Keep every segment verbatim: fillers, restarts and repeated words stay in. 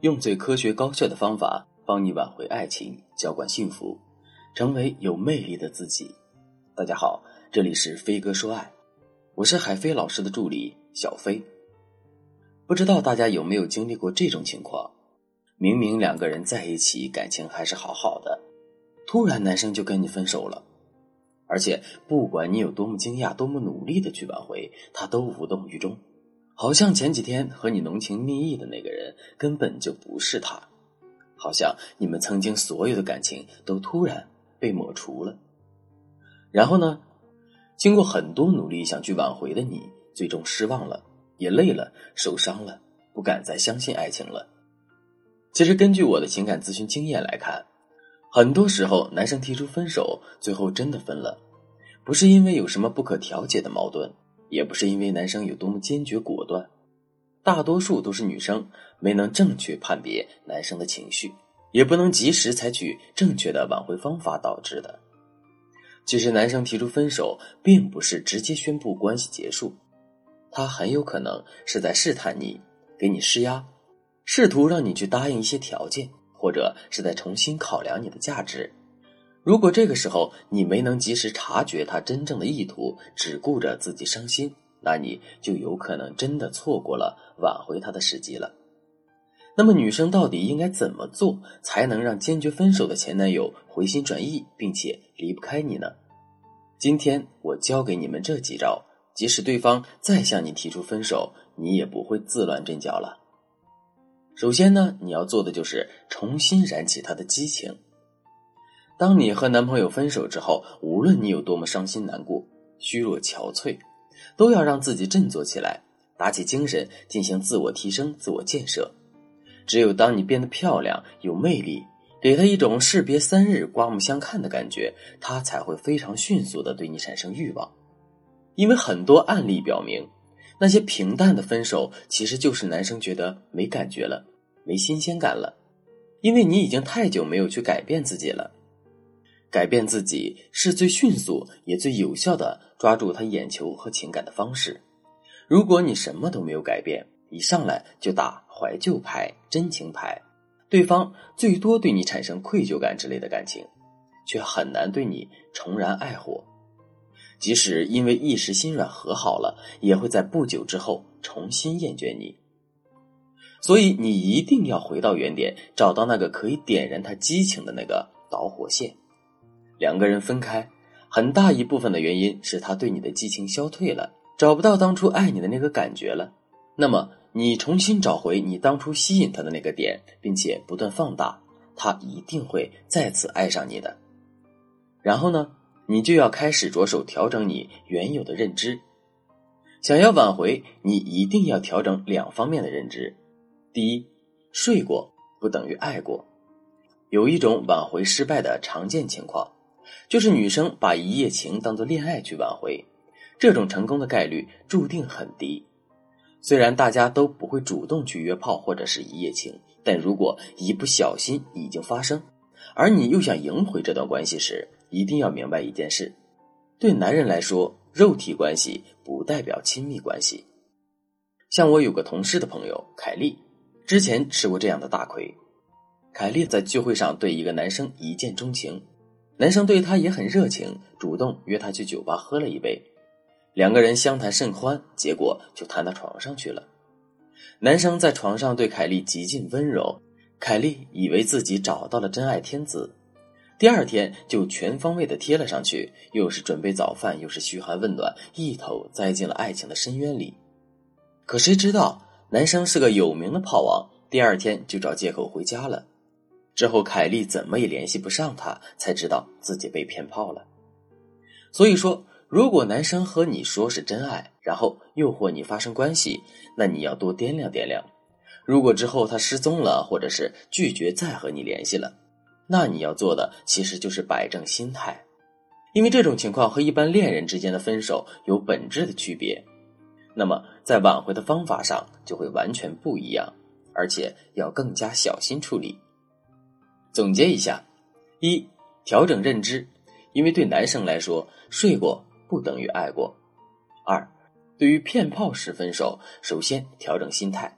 用最科学高效的方法帮你挽回爱情，浇灌幸福，成为有魅力的自己。大家好，这里是飞哥说爱，我是海飞老师的助理小飞。不知道大家有没有经历过这种情况，明明两个人在一起，感情还是好好的，突然男生就跟你分手了，而且不管你有多么惊讶，多么努力的去挽回，他都无动于衷，好像前几天和你浓情蜜意的那个人根本就不是他，好像你们曾经所有的感情都突然被抹除了。然后呢，经过很多努力想去挽回的你，最终失望了，也累了，受伤了，不敢再相信爱情了。其实根据我的情感咨询经验来看，很多时候男生提出分手，最后真的分了，不是因为有什么不可调解的矛盾，也不是因为男生有多么坚决果断，大多数都是女生没能正确判别男生的情绪，也不能及时采取正确的挽回方法导致的。其实男生提出分手并不是直接宣布关系结束，他很有可能是在试探你，给你施压，试图让你去答应一些条件，或者是在重新考量你的价值。如果这个时候你没能及时察觉他真正的意图，只顾着自己伤心，那你就有可能真的错过了挽回他的时机了。那么女生到底应该怎么做，才能让坚决分手的前男友回心转意，并且离不开你呢？今天我教给你们这几招，即使对方再向你提出分手，你也不会自乱阵脚了。首先呢，你要做的就是重新燃起他的激情。当你和男朋友分手之后，无论你有多么伤心难过，虚弱憔悴，都要让自己振作起来，打起精神，进行自我提升、自我建设。只有当你变得漂亮、有魅力，给他一种士别三日、刮目相看的感觉，他才会非常迅速地对你产生欲望。因为很多案例表明，那些平淡的分手其实就是男生觉得没感觉了，没新鲜感了，因为你已经太久没有去改变自己了。改变自己是最迅速也最有效的抓住他眼球和情感的方式。如果你什么都没有改变，一上来就打怀旧牌、真情牌，对方最多对你产生愧疚感之类的感情，却很难对你重燃爱火。即使因为一时心软和好了，也会在不久之后重新厌倦你。所以你一定要回到原点，找到那个可以点燃他激情的那个导火线。两个人分开，很大一部分的原因是他对你的激情消退了，找不到当初爱你的那个感觉了。那么你重新找回你当初吸引他的那个点，并且不断放大，他一定会再次爱上你的。然后呢，你就要开始着手调整你原有的认知。想要挽回，你一定要调整两方面的认知。第一，睡过不等于爱过。有一种挽回失败的常见情况，就是女生把一夜情当作恋爱去挽回，这种成功的概率注定很低。虽然大家都不会主动去约炮或者是一夜情，但如果一不小心已经发生，而你又想赢回这段关系时，一定要明白一件事，对男人来说，肉体关系不代表亲密关系。像我有个同事的朋友凯莉，之前吃过这样的大亏。凯莉在聚会上对一个男生一见钟情，男生对她也很热情，主动约她去酒吧喝了一杯，两个人相谈甚欢，结果就谈到床上去了。男生在床上对凯莉极尽温柔，凯莉以为自己找到了真爱天子，第二天就全方位的贴了上去，又是准备早饭，又是嘘寒问暖，一头栽进了爱情的深渊里。可谁知道男生是个有名的炮王，第二天就找借口回家了。之后凯莉怎么也联系不上他，才知道自己被骗炮了。所以说，如果男生和你说是真爱，然后诱惑你发生关系，那你要多掂量掂量。如果之后他失踪了，或者是拒绝再和你联系了，那你要做的其实就是摆正心态，因为这种情况和一般恋人之间的分手有本质的区别。那么在挽回的方法上就会完全不一样，而且要更加小心处理。总结一下，一，调整认知，因为对男生来说，睡过不等于爱过。二，对于骗炮式分手，首先调整心态，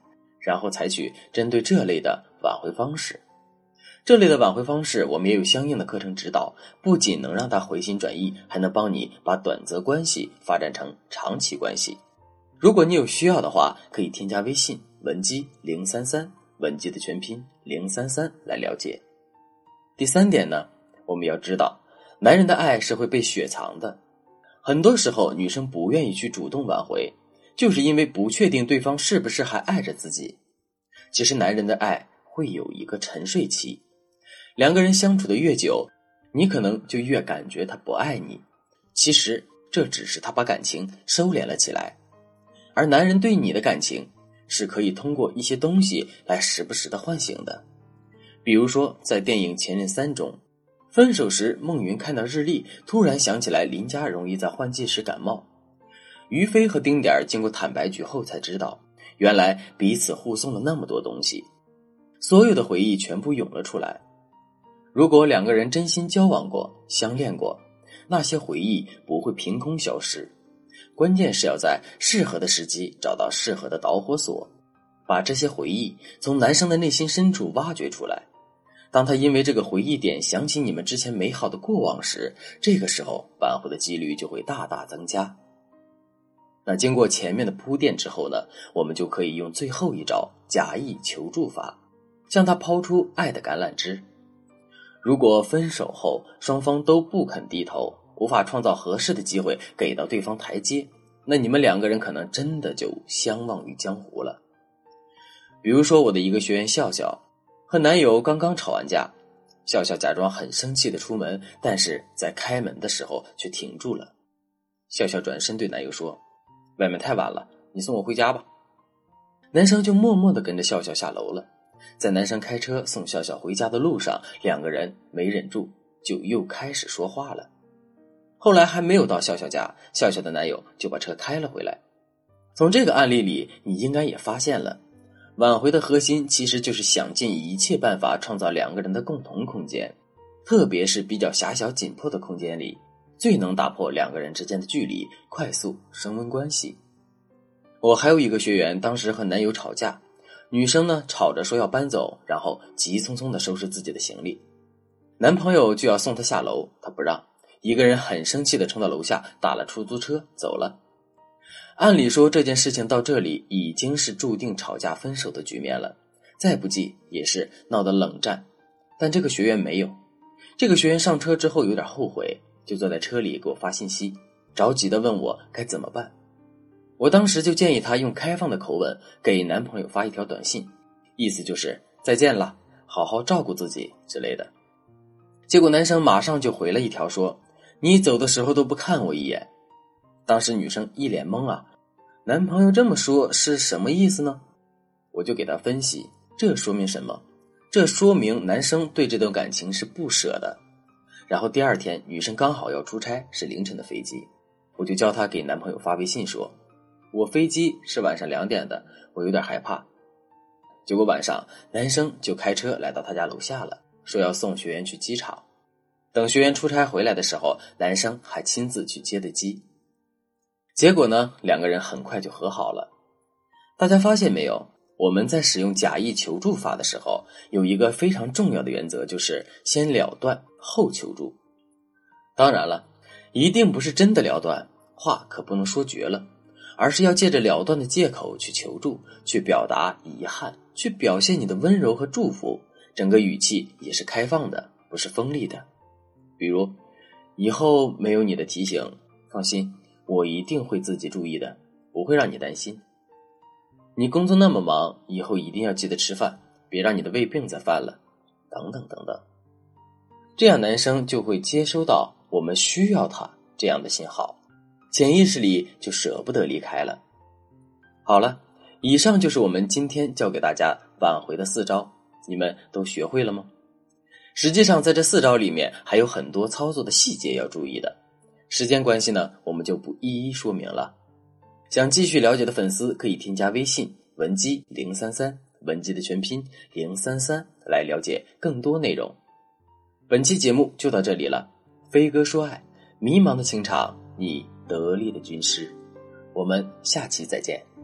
然后采取针对这类的挽回方式。这类的挽回方式我们也有相应的课程指导，不仅能让他回心转意，还能帮你把短则关系发展成长期关系。如果你有需要的话，可以添加微信文姬零三三，文姬的全拼零三三来了解。第三点呢，我们要知道男人的爱是会被雪藏的。很多时候女生不愿意去主动挽回，就是因为不确定对方是不是还爱着自己。其实男人的爱会有一个沉睡期，两个人相处的越久，你可能就越感觉他不爱你，其实这只是他把感情收敛了起来。而男人对你的感情是可以通过一些东西来时不时的唤醒的。比如说在电影《前任三》中，分手时孟云看到日历，突然想起来林佳容易在换季时感冒。于飞和丁点经过坦白局后才知道，原来彼此互送了那么多东西，所有的回忆全部涌了出来。如果两个人真心交往过，相恋过，那些回忆不会凭空消失，关键是要在适合的时机找到适合的导火索，把这些回忆从男生的内心深处挖掘出来。当他因为这个回忆点想起你们之前美好的过往时，这个时候挽回的几率就会大大增加。那经过前面的铺垫之后呢，我们就可以用最后一招假意求助法，向他抛出爱的橄榄枝。如果分手后双方都不肯低头，无法创造合适的机会给到对方台阶，那你们两个人可能真的就相忘于江湖了。比如说我的一个学员笑笑，和男友刚刚吵完架，笑笑假装很生气的出门，但是在开门的时候却停住了。笑笑转身对男友说，外面太晚了，你送我回家吧。男生就默默地跟着笑笑下楼了。在男生开车送笑笑回家的路上，两个人没忍住就又开始说话了。后来还没有到笑笑家，笑笑的男友就把车开了回来。从这个案例里，你应该也发现了，挽回的核心其实就是想尽一切办法创造两个人的共同空间，特别是比较狭小紧迫的空间里，最能打破两个人之间的距离，快速升温关系。我还有一个学员，当时和男友吵架，女生呢吵着说要搬走，然后急匆匆地收拾自己的行李，男朋友就要送她下楼，她不让，一个人很生气地冲到楼下打了出租车走了。按理说这件事情到这里已经是注定吵架分手的局面了，再不济也是闹得冷战，但这个学员没有。这个学员上车之后有点后悔，就坐在车里给我发信息，着急地问我该怎么办。我当时就建议她用开放的口吻给男朋友发一条短信，意思就是再见了，好好照顾自己之类的。结果男生马上就回了一条说，你走的时候都不看我一眼。当时女生一脸懵啊，男朋友这么说是什么意思呢？我就给她分析，这说明什么？这说明男生对这段感情是不舍的。然后第二天女生刚好要出差，是凌晨的飞机，我就叫她给男朋友发微信说，我飞机是晚上两点的，我有点害怕。结果晚上男生就开车来到她家楼下了，说要送学员去机场。等学员出差回来的时候，男生还亲自去接的机。结果呢，两个人很快就和好了。大家发现没有，我们在使用假意求助法的时候，有一个非常重要的原则，就是先了断后求助。当然了，一定不是真的了断，话可不能说绝了，而是要借着了断的借口去求助，去表达遗憾，去表现你的温柔和祝福，整个语气也是开放的，不是锋利的。比如，以后没有你的提醒，放心，我一定会自己注意的，不会让你担心。你工作那么忙，以后一定要记得吃饭，别让你的胃病再犯了，等等等等。这样男生就会接收到我们需要他这样的信号，潜意识里就舍不得离开了。好了，以上就是我们今天教给大家挽回的四招，你们都学会了吗？实际上在这四招里面还有很多操作的细节要注意的，时间关系呢，我们就不一一说明了。想继续了解的粉丝可以添加微信文姬零三三，文姬的全拼零三三来了解更多内容。本期节目就到这里了，飞哥说爱，迷茫的情场，你得力的军师，我们下期再见。